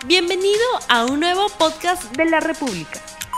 Bienvenido a un nuevo podcast de La República.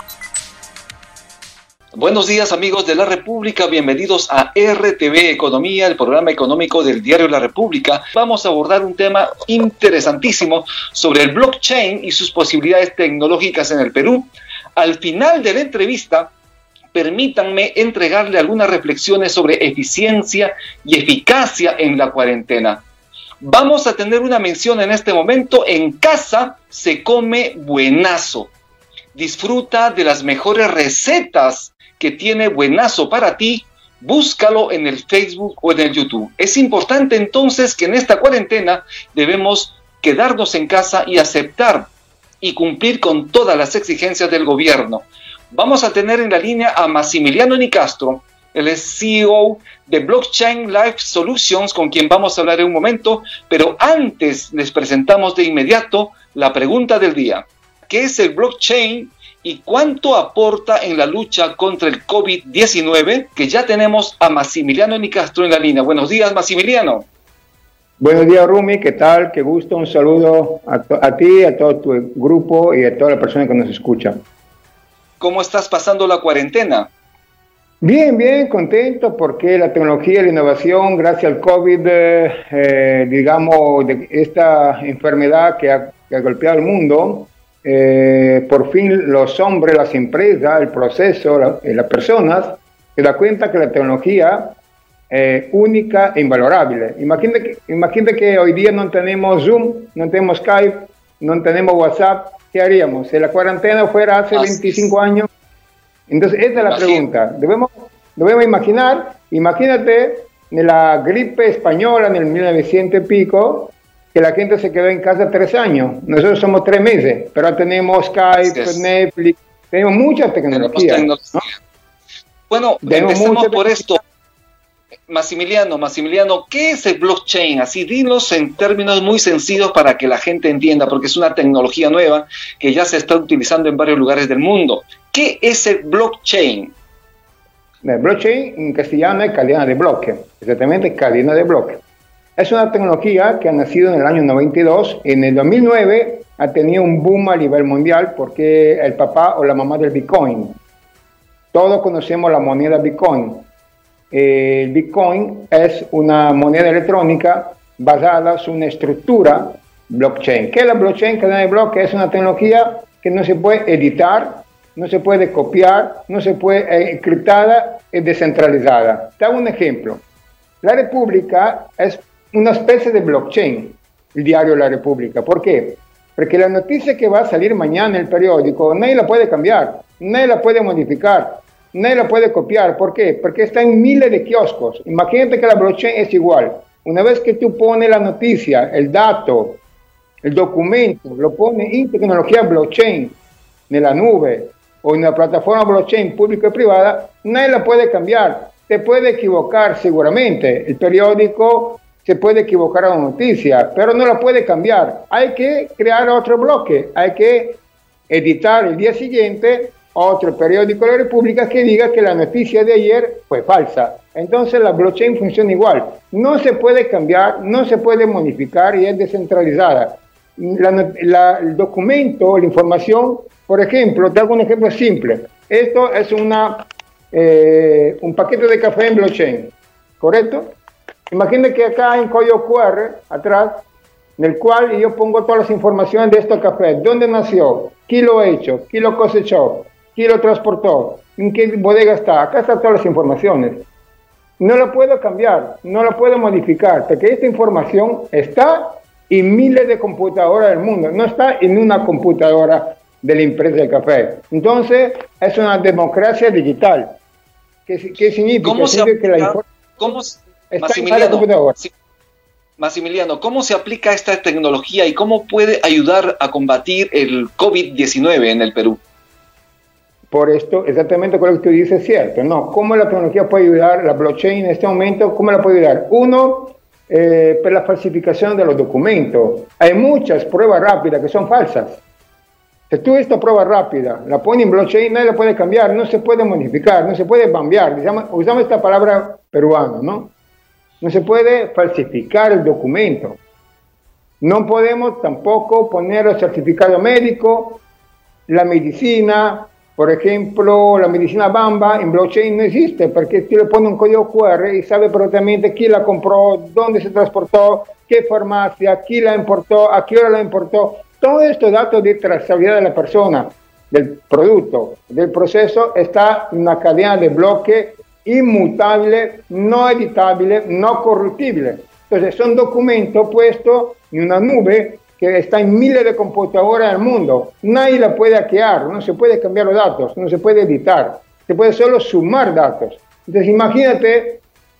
Buenos días amigos de La República, bienvenidos a RTV Economía, el programa económico del diario La República. Vamos a abordar un tema interesantísimo sobre el blockchain y sus posibilidades tecnológicas en el Perú. Al final de la entrevista, permítanme entregarle algunas reflexiones sobre eficiencia y eficacia en la cuarentena. Vamos a tener una mención en este momento: en casa se come buenazo. Disfruta de las mejores recetas que tiene Buenazo para ti. Búscalo en el Facebook o en el YouTube. Es importante entonces que en esta cuarentena debemos quedarnos en casa y aceptar y cumplir con todas las exigencias del gobierno. Vamos a tener en la línea a Massimiliano Nicastro. Él es CEO de Blockchain Life Solutions, con quien vamos a hablar en un momento, pero antes les presentamos de inmediato la pregunta del día. ¿Qué es el blockchain y cuánto aporta en la lucha contra el COVID-19? Que ya tenemos a Massimiliano Nicastro en la línea. Buenos días, Massimiliano. Buenos días, Rumi. ¿Qué tal? Qué gusto. Un saludo a ti, a todo tu grupo y a toda la persona que nos escucha. ¿Cómo estás pasando la cuarentena? Bien, bien, contento porque la tecnología y la innovación, gracias al COVID, digamos, de esta enfermedad que ha golpeado al mundo, por fin los hombres, las empresas, el proceso, las personas, se dan cuenta que la tecnología es única e invalorable. Imagínate que hoy día no tenemos Zoom, no tenemos Skype, no tenemos WhatsApp. ¿Qué haríamos? Si la cuarentena fuera hace 25 años. Entonces, esta es la pregunta. Debemos imagínate en la gripe española en el 1900 y pico, que la gente se quedó en casa 3 años. Nosotros somos 3 meses, pero tenemos Skype, Netflix, tenemos mucha tecnología. ¿No? Bueno, empecemos por esto. Massimiliano, ¿qué es el blockchain? Así, dinos en términos muy sencillos para que la gente entienda, porque es una tecnología nueva que ya se está utilizando en varios lugares del mundo. ¿Qué es el blockchain? El blockchain en castellano es cadena de bloque, exactamente cadena de bloque. Es una tecnología que ha nacido en el año 92. En el 2009 ha tenido un boom a nivel mundial porque el papá o la mamá del Bitcoin. Todos conocemos la moneda Bitcoin. El Bitcoin es una moneda electrónica basada en una estructura blockchain. ¿Qué es la blockchain? Cadena de bloque es una tecnología que no se puede editar, no se puede copiar, no se puede encriptada y descentralizada. Te hago un ejemplo. La República es una especie de blockchain, el diario La República. ¿Por qué? Porque la noticia que va a salir mañana en el periódico, nadie la puede cambiar, nadie la puede modificar, nadie la puede copiar. ¿Por qué? Porque está en miles de kioscos. Imagínate que la blockchain es igual. Una vez que tú pones la noticia, el dato, el documento, lo pones en tecnología blockchain, en la nube o en una plataforma blockchain pública y privada, nadie la puede cambiar. Te puede equivocar seguramente. El periódico se puede equivocar a la noticia, pero no la puede cambiar. Hay que crear otro bloque. Hay que editar el día siguiente otro periódico de la República que diga que la noticia de ayer fue falsa. Entonces la blockchain funciona igual. No se puede cambiar, no se puede modificar y es descentralizada. El documento, la información, por ejemplo, te hago un ejemplo simple. Esto es un paquete de café en blockchain, ¿correcto? Imagínate que acá hay un código QR atrás, en el cual yo pongo todas las informaciones de este café. ¿Dónde nació? ¿Quién lo ha hecho? ¿Quién lo cosechó? ¿Quién lo transportó? ¿En qué bodega está? Acá están todas las informaciones. No la puedo cambiar, no la puedo modificar, porque esta información está en miles de computadoras del mundo, no está en una computadora de la empresa de café. Entonces, es una democracia digital. ¿Qué significa? ¿Cómo se aplica? Massimiliano, ¿cómo se aplica esta tecnología y cómo puede ayudar a combatir el COVID-19 en el Perú? Por esto, exactamente con lo que tú dices es cierto, ¿no? ¿Cómo la tecnología puede ayudar, la blockchain en este momento, cómo la puede ayudar? Uno, por la falsificación de los documentos. Hay muchas pruebas rápidas que son falsas. Si tú esta prueba rápida la pones en blockchain, nadie la puede cambiar, no se puede modificar, no se puede cambiar. Usamos esta palabra peruana, ¿no? No se puede falsificar el documento. No podemos tampoco poner el certificado médico, la medicina, por ejemplo, la medicina Bamba en blockchain no existe, porque tú le pones un código QR y sabe perfectamente quién la compró, dónde se transportó, qué farmacia, quién la importó, a qué hora la importó. Todos estos datos de trazabilidad de la persona, del producto, del proceso, está en una cadena de bloques inmutable, no editable, no corruptible. Entonces son documentos puestos en una nube que está en miles de computadoras del mundo. Nadie la puede hackear, no se puede cambiar los datos, no se puede editar, se puede solo sumar datos. Entonces imagínate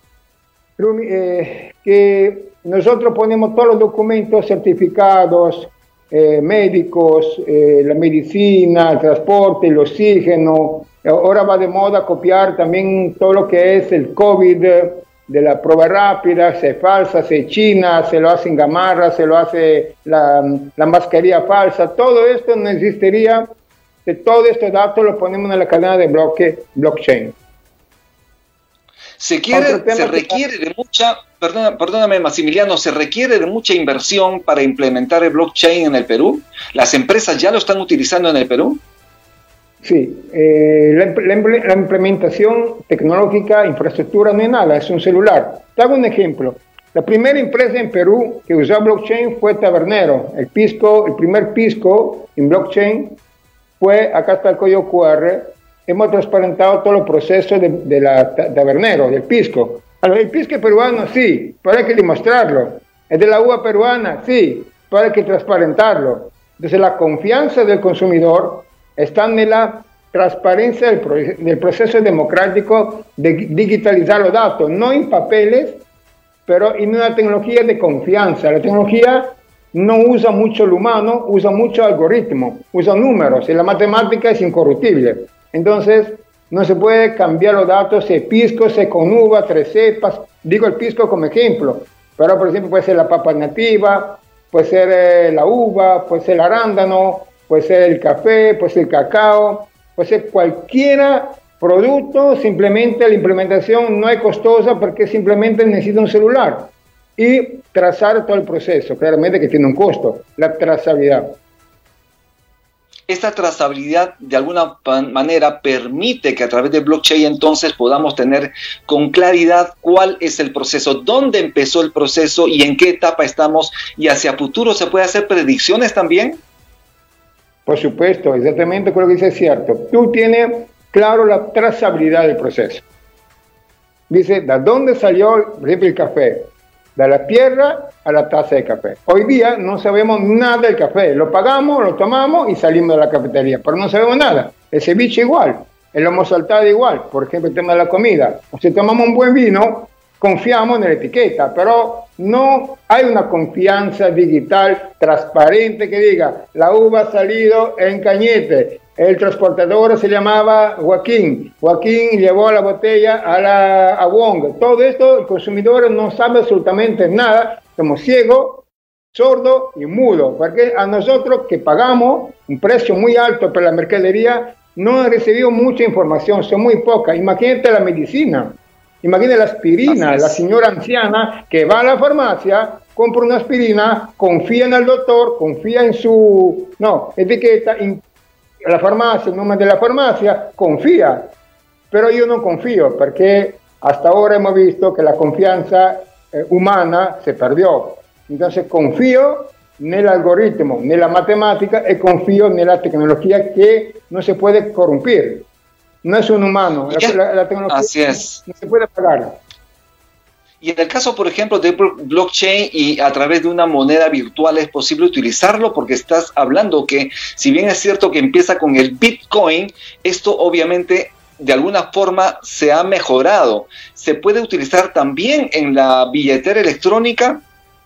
que nosotros ponemos todos los documentos certificados, médicos, la medicina, el transporte, el oxígeno. Ahora va de moda copiar también todo lo que es el COVID, de la prueba rápida, se falsa, se china, se lo hace en gamarra, se lo hace la mascarilla falsa. Todo esto no existiría si todos estos datos los ponemos en la cadena de blockchain. Se requiere de mucha, perdóname Maximiliano, se requiere de mucha inversión para implementar el blockchain en el Perú. ¿Las empresas ya lo están utilizando en el Perú? Sí, la implementación tecnológica, infraestructura no es nada, es un celular. Te hago un ejemplo. La primera empresa en Perú que usó blockchain fue Tabernero. El primer pisco en blockchain fue, acá está el código QR, hemos transparentado todos los procesos de la Tabernero, del pisco. El pisco peruano sí, pero hay que demostrarlo. Es de la uva peruana, sí, pero hay que transparentarlo. Entonces la confianza del consumidor está en la transparencia del proceso democrático de digitalizar los datos, no en papeles, pero en una tecnología de confianza. La tecnología no usa mucho el humano, usa mucho algoritmo, usa números, y la matemática es incorruptible. Entonces, no se puede cambiar los datos, si pisco, si con uva, tres cepas, digo el pisco como ejemplo, pero por ejemplo puede ser la papa nativa, puede ser la uva, puede ser el arándano, puede ser el café, puede ser el cacao, puede ser cualquier producto, simplemente la implementación no es costosa porque simplemente necesita un celular y trazar todo el proceso, claramente que tiene un costo, la trazabilidad. Esta trazabilidad de alguna manera permite que a través de blockchain entonces podamos tener con claridad cuál es el proceso, dónde empezó el proceso y en qué etapa estamos, y hacia futuro se puede hacer predicciones también. Por supuesto, exactamente con lo que dice es cierto. Tú tienes claro la trazabilidad del proceso. Dice, ¿de dónde salió, por ejemplo, el café? De la tierra a la taza de café. Hoy día no sabemos nada del café. Lo pagamos, lo tomamos y salimos de la cafetería, pero no sabemos nada. El ceviche igual, el lomo saltado igual, por ejemplo, el tema de la comida. O si tomamos un buen vino, confiamos en la etiqueta, pero no hay una confianza digital transparente que diga, la uva ha salido en Cañete, el transportador se llamaba Joaquín llevó la botella a Wong. Todo esto el consumidor no sabe absolutamente nada, somos ciegos, sordos y mudos, porque a nosotros que pagamos un precio muy alto por la mercadería, no he recibido mucha información, son muy pocas. Imagínate la medicina. Imagínate la aspirina, la señora anciana que va a la farmacia, compra una aspirina, confía en el doctor, confía en su etiqueta, en la farmacia, el nombre de la farmacia, confía. Pero yo no confío, porque hasta ahora hemos visto que la confianza humana se perdió. Entonces confío en el algoritmo, en la matemática, y confío en la tecnología que no se puede corrompir. No es un humano, la tecnología Así es. No se puede pagar. Y en el caso, por ejemplo, de blockchain y a través de una moneda virtual, ¿es posible utilizarlo? Porque estás hablando que, si bien es cierto que empieza con el Bitcoin, esto obviamente de alguna forma se ha mejorado. ¿Se puede utilizar también en la billetera electrónica?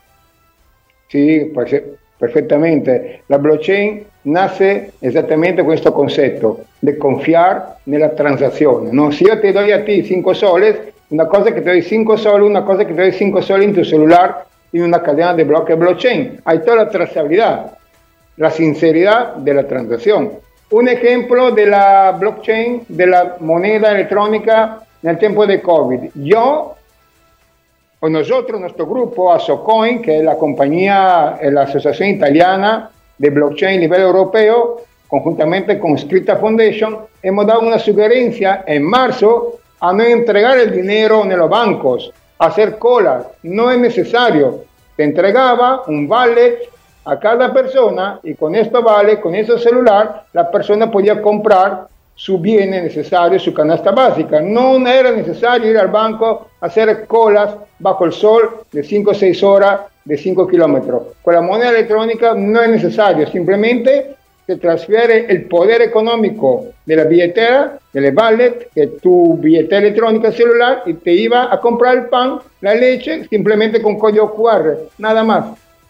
Sí, perfectamente. La blockchain nace exactamente con este concepto de confiar en las transacciones, ¿no? Si yo te doy a ti 5 soles, una cosa que te doy 5 soles, una cosa que te doy 5 soles en tu celular y una cadena de bloques blockchain. Hay toda la trazabilidad, la sinceridad de la transacción. Un ejemplo de la blockchain, de la moneda electrónica en el tiempo de COVID. Yo o nosotros, nuestro grupo, Asocoin, que es la compañía, la Asociación Italiana de Blockchain a nivel europeo, conjuntamente con Scripta Foundation, hemos dado una sugerencia en marzo a no entregar el dinero en los bancos, hacer colas. No es necesario. Se entregaba un wallet a cada persona y con esto vale, con ese celular, la persona podía comprar su bienes necesarios, su canasta básica. No era necesario ir al banco a hacer colas bajo el sol de 5 o 6 horas de 5 kilómetros. Con la moneda electrónica no es necesario, simplemente se transfiere el poder económico de la billetera, del wallet, de tu billetera electrónica celular, y te iba a comprar el pan, la leche, simplemente con código QR, nada más.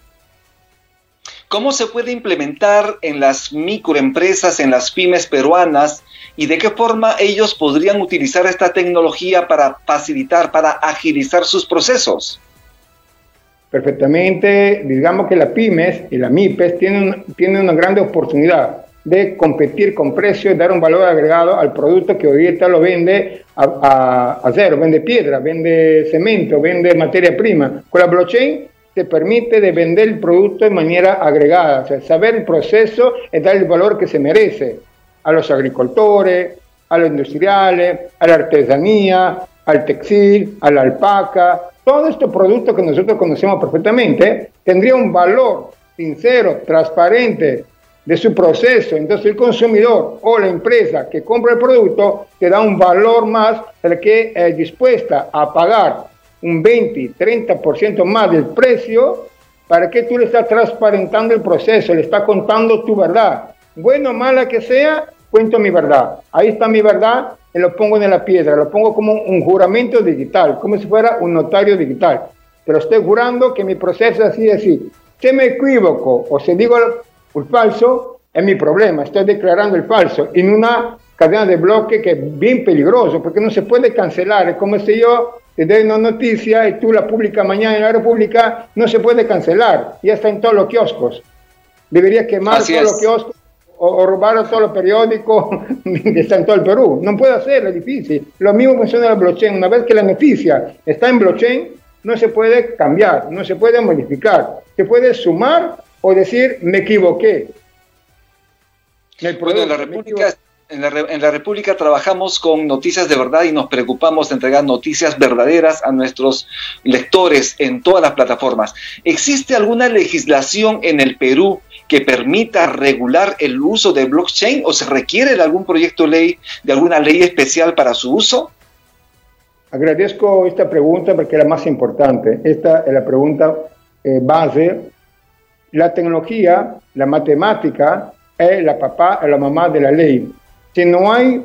¿Cómo se puede implementar en las microempresas, en las pymes peruanas, y de qué forma ellos podrían utilizar esta tecnología para facilitar, para agilizar sus procesos? Perfectamente, digamos que las pymes y las MIPES tienen una gran oportunidad de competir con precios, dar un valor agregado al producto que hoy día lo vende a cero, vende piedra, vende cemento, vende materia prima. Con la blockchain te permite de vender el producto de manera agregada, o sea, saber el proceso y dar el valor que se merece a los agricultores, a los industriales, a la artesanía, al textil, a la alpaca. Todos estos productos que nosotros conocemos perfectamente tendría un valor sincero, transparente de su proceso. Entonces el consumidor o la empresa que compra el producto te da un valor más del que es dispuesta a pagar un 20, 30% más del precio para que tú le estás transparentando el proceso, le estás contando tu verdad. Bueno o mala que sea, cuento mi verdad. Ahí está mi verdad. Y lo pongo en la piedra, lo pongo como un juramento digital, como si fuera un notario digital. Te lo estoy jurando que mi proceso es así y así. Si me equivoco o si digo el falso, es mi problema, estoy declarando el falso en una cadena de bloque que es bien peligroso, porque no se puede cancelar. Es como si yo te doy una noticia y tú la publicas mañana en la República, no se puede cancelar, ya está en todos los kioscos. Debería quemar todos los kioscos o robar a todos los periódicos que están en todo el Perú. No puede hacer, es difícil. Lo mismo funciona la blockchain. Una vez que la noticia está en blockchain, no se puede cambiar, no se puede modificar. Se puede sumar o decir, me equivoqué. Bueno, en la República trabajamos con noticias de verdad y nos preocupamos de entregar noticias verdaderas a nuestros lectores en todas las plataformas. ¿Existe alguna legislación en el Perú que permita regular el uso de blockchain o se requiere de algún proyecto de ley, de alguna ley especial para su uso? Agradezco esta pregunta porque es la más importante. Esta es la pregunta base. La tecnología, la matemática es la papá, es la mamá de la ley. Si no hay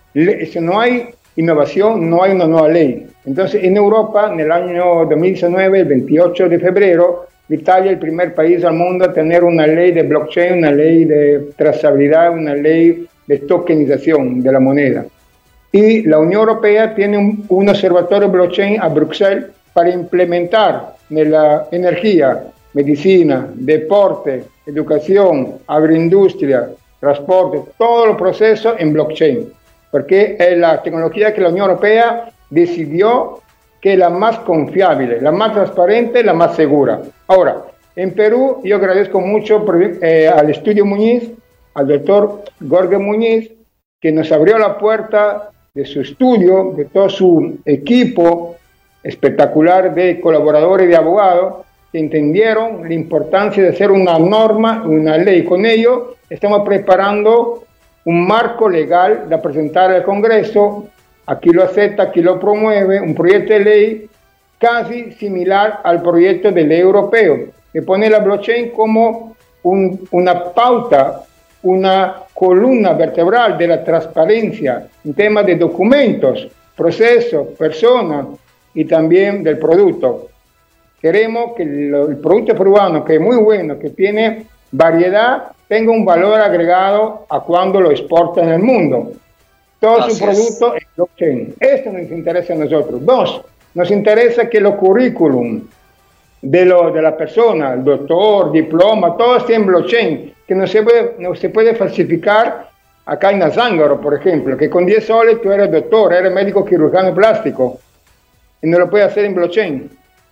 innovación, no hay una nueva ley. Entonces, en Europa, en el año 2019, el 28 de febrero, Italia es el primer país al mundo a tener una ley de blockchain, una ley de trazabilidad, una ley de tokenización de la moneda. Y la Unión Europea tiene un observatorio blockchain a Bruselas para implementar en la energía, medicina, deporte, educación, agroindustria, transporte, todos los procesos en blockchain, porque es la tecnología que la Unión Europea decidió que es la más confiable, la más transparente, la más segura. Ahora, en Perú yo agradezco mucho al Estudio Muñiz, al doctor Jorge Muñiz, que nos abrió la puerta de su estudio, de todo su equipo espectacular de colaboradores y de abogados, que entendieron la importancia de hacer una norma, una ley. Con ello estamos preparando un marco legal de presentar al Congreso. Aquí lo acepta, aquí lo promueve, un proyecto de ley casi similar al proyecto de ley europeo, que pone la blockchain como una pauta, una columna vertebral de la transparencia en temas de documentos, procesos, personas y también del producto. Queremos que el producto peruano, que es muy bueno, que tiene variedad, tenga un valor agregado a cuando lo exporta en el mundo. Todo su producto es blockchain. Esto nos interesa a nosotros. Dos, nos interesa que los currículum de la persona, el doctor, diploma, todo esté en blockchain, que no se puede falsificar acá en Azángaro, por ejemplo, que con 10 soles tú eres doctor, eres médico cirujano plástico, y no lo puedes hacer en blockchain.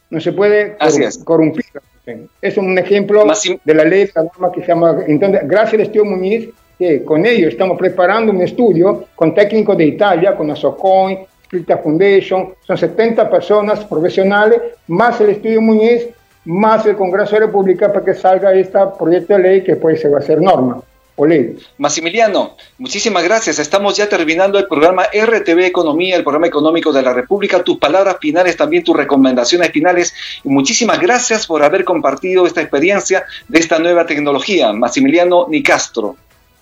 no se puede corrompir. Es un ejemplo de la ley, la norma que se llama. Entonces, gracias al estudio Muñiz, que con ello estamos preparando un estudio con técnicos de Italia, con la SOCOIN, Scripta Foundation, son 70 personas profesionales, más el estudio Muñiz, más el Congreso de la República, para que salga este proyecto de ley que pues se va a hacer norma. Olé. Maximiliano, muchísimas gracias. Estamos ya terminando el programa RTV Economía, el programa económico de la República. Tus palabras finales, también tus recomendaciones finales. Y muchísimas gracias por haber compartido esta experiencia de esta nueva tecnología. Maximiliano Nicastro.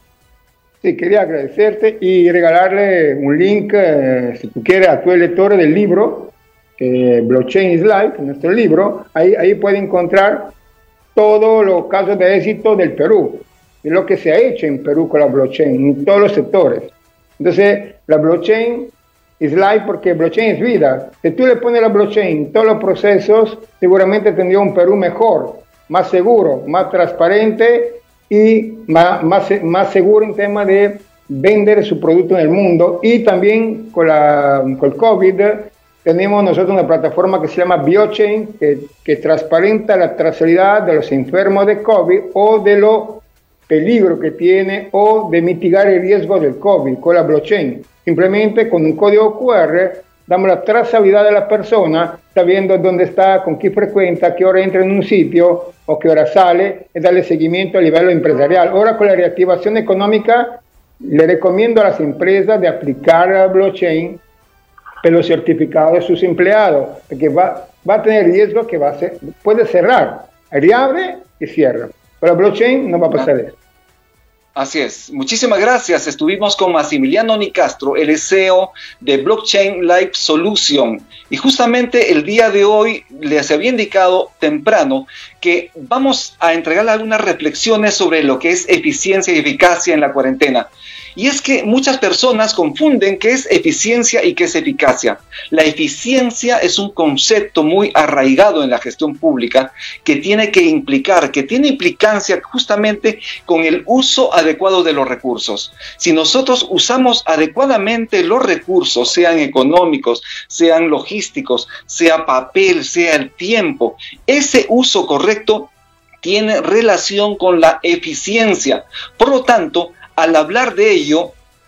Sí, quería agradecerte y regalarle un link, si tú quieres, a tu lector del libro, Blockchain is Life, nuestro libro. Ahí puede encontrar todos los casos de éxito del Perú, de lo que se ha hecho en Perú con la blockchain, en todos los sectores. Entonces, la blockchain is life porque blockchain es vida. Si tú le pones la blockchain en todos los procesos, seguramente tendría un Perú mejor, más seguro, más transparente y más seguro en tema de vender su producto en el mundo. Y también con el COVID tenemos nosotros una plataforma que se llama Biochain, que transparenta la trazabilidad de los enfermos de COVID o de los peligro que tiene o de mitigar el riesgo del COVID con la blockchain. Simplemente con un código QR damos la trazabilidad de la persona, sabiendo dónde está, con qué frecuenta, qué hora entra en un sitio o qué hora sale, y darle seguimiento a nivel empresarial. Ahora con la reactivación económica, le recomiendo a las empresas de aplicar la blockchain en los certificados de sus empleados, porque va a tener riesgo que puede cerrar, reabre y cierra. Con la blockchain no va a pasar eso. Así es. Muchísimas gracias. Estuvimos con Maximiliano Nicastro, el CEO de Blockchain Life Solution. Y justamente el día de hoy les había indicado temprano que vamos a entregarle algunas reflexiones sobre lo que es eficiencia y eficacia en la cuarentena. Y es que muchas personas confunden qué es eficiencia y qué es eficacia. La eficiencia es un concepto muy arraigado en la gestión pública que tiene implicancia justamente con el uso adecuado de los recursos. Si nosotros usamos adecuadamente los recursos, sean económicos, sean logísticos, sea papel, sea el tiempo, ese uso correcto tiene relación con la eficiencia. Por lo tanto, al hablar de ello,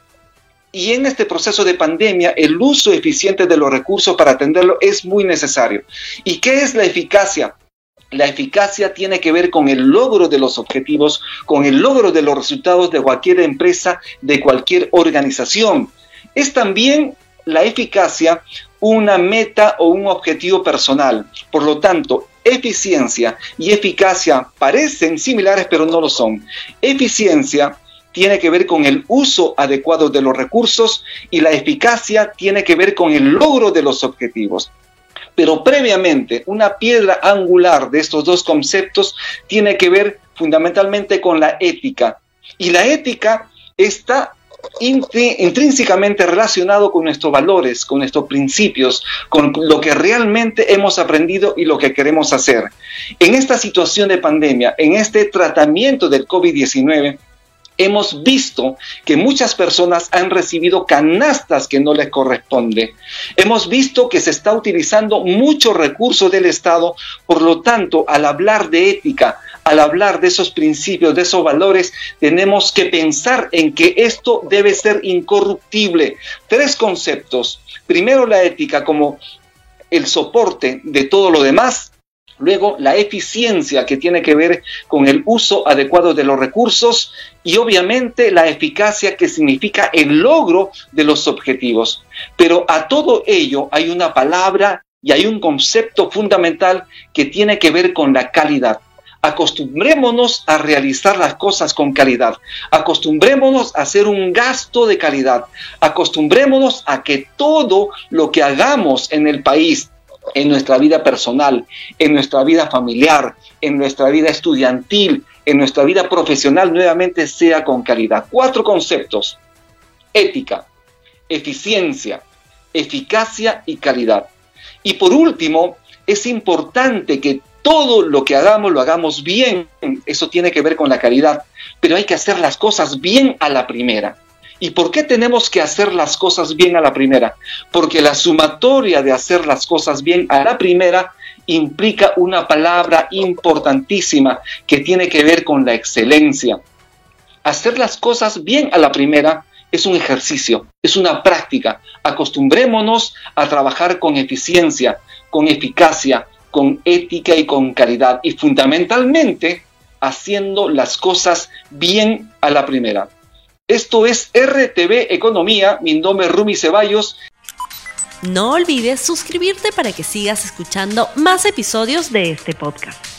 y en este proceso de pandemia, el uso eficiente de los recursos para atenderlo es muy necesario. ¿Y qué es la eficacia? La eficacia tiene que ver con el logro de los objetivos, con el logro de los resultados de cualquier empresa, de cualquier organización. Es también la eficacia una meta o un objetivo personal. Por lo tanto, eficiencia y eficacia parecen similares, pero no lo son. Eficiencia tiene que ver con el uso adecuado de los recursos y la eficacia tiene que ver con el logro de los objetivos. Pero previamente, una piedra angular de estos dos conceptos tiene que ver fundamentalmente con la ética. Y la ética está intrínsecamente relacionado con nuestros valores, con nuestros principios, con lo que realmente hemos aprendido y lo que queremos hacer. En esta situación de pandemia, en este tratamiento del COVID-19, hemos visto que muchas personas han recibido canastas que no les corresponde. Hemos visto que se está utilizando muchos recursos del Estado. Por lo tanto, al hablar de ética, al hablar de esos principios, de esos valores, tenemos que pensar en que esto debe ser incorruptible. 3 conceptos. Primero, la ética como el soporte de todo lo demás. Luego, la eficiencia, que tiene que ver con el uso adecuado de los recursos, y obviamente la eficacia, que significa el logro de los objetivos. Pero a todo ello hay una palabra y hay un concepto fundamental que tiene que ver con la calidad. Acostumbrémonos a realizar las cosas con calidad. Acostumbrémonos a hacer un gasto de calidad. Acostumbrémonos a que todo lo que hagamos en el país, en nuestra vida personal, en nuestra vida familiar, en nuestra vida estudiantil, en nuestra vida profesional, nuevamente sea con calidad. 4 conceptos: ética, eficiencia, eficacia y calidad. Y por último, es importante que todo lo que hagamos, lo hagamos bien. Eso tiene que ver con la calidad, pero hay que hacer las cosas bien a la primera. ¿Y por qué tenemos que hacer las cosas bien a la primera? Porque la sumatoria de hacer las cosas bien a la primera implica una palabra importantísima que tiene que ver con la excelencia. Hacer las cosas bien a la primera es un ejercicio, es una práctica. Acostumbrémonos a trabajar con eficiencia, con eficacia, con ética y con calidad, y fundamentalmente haciendo las cosas bien a la primera. Esto es RTV Economía. Mi nombre es Rumi Ceballos. No olvides suscribirte para que sigas escuchando más episodios de este podcast.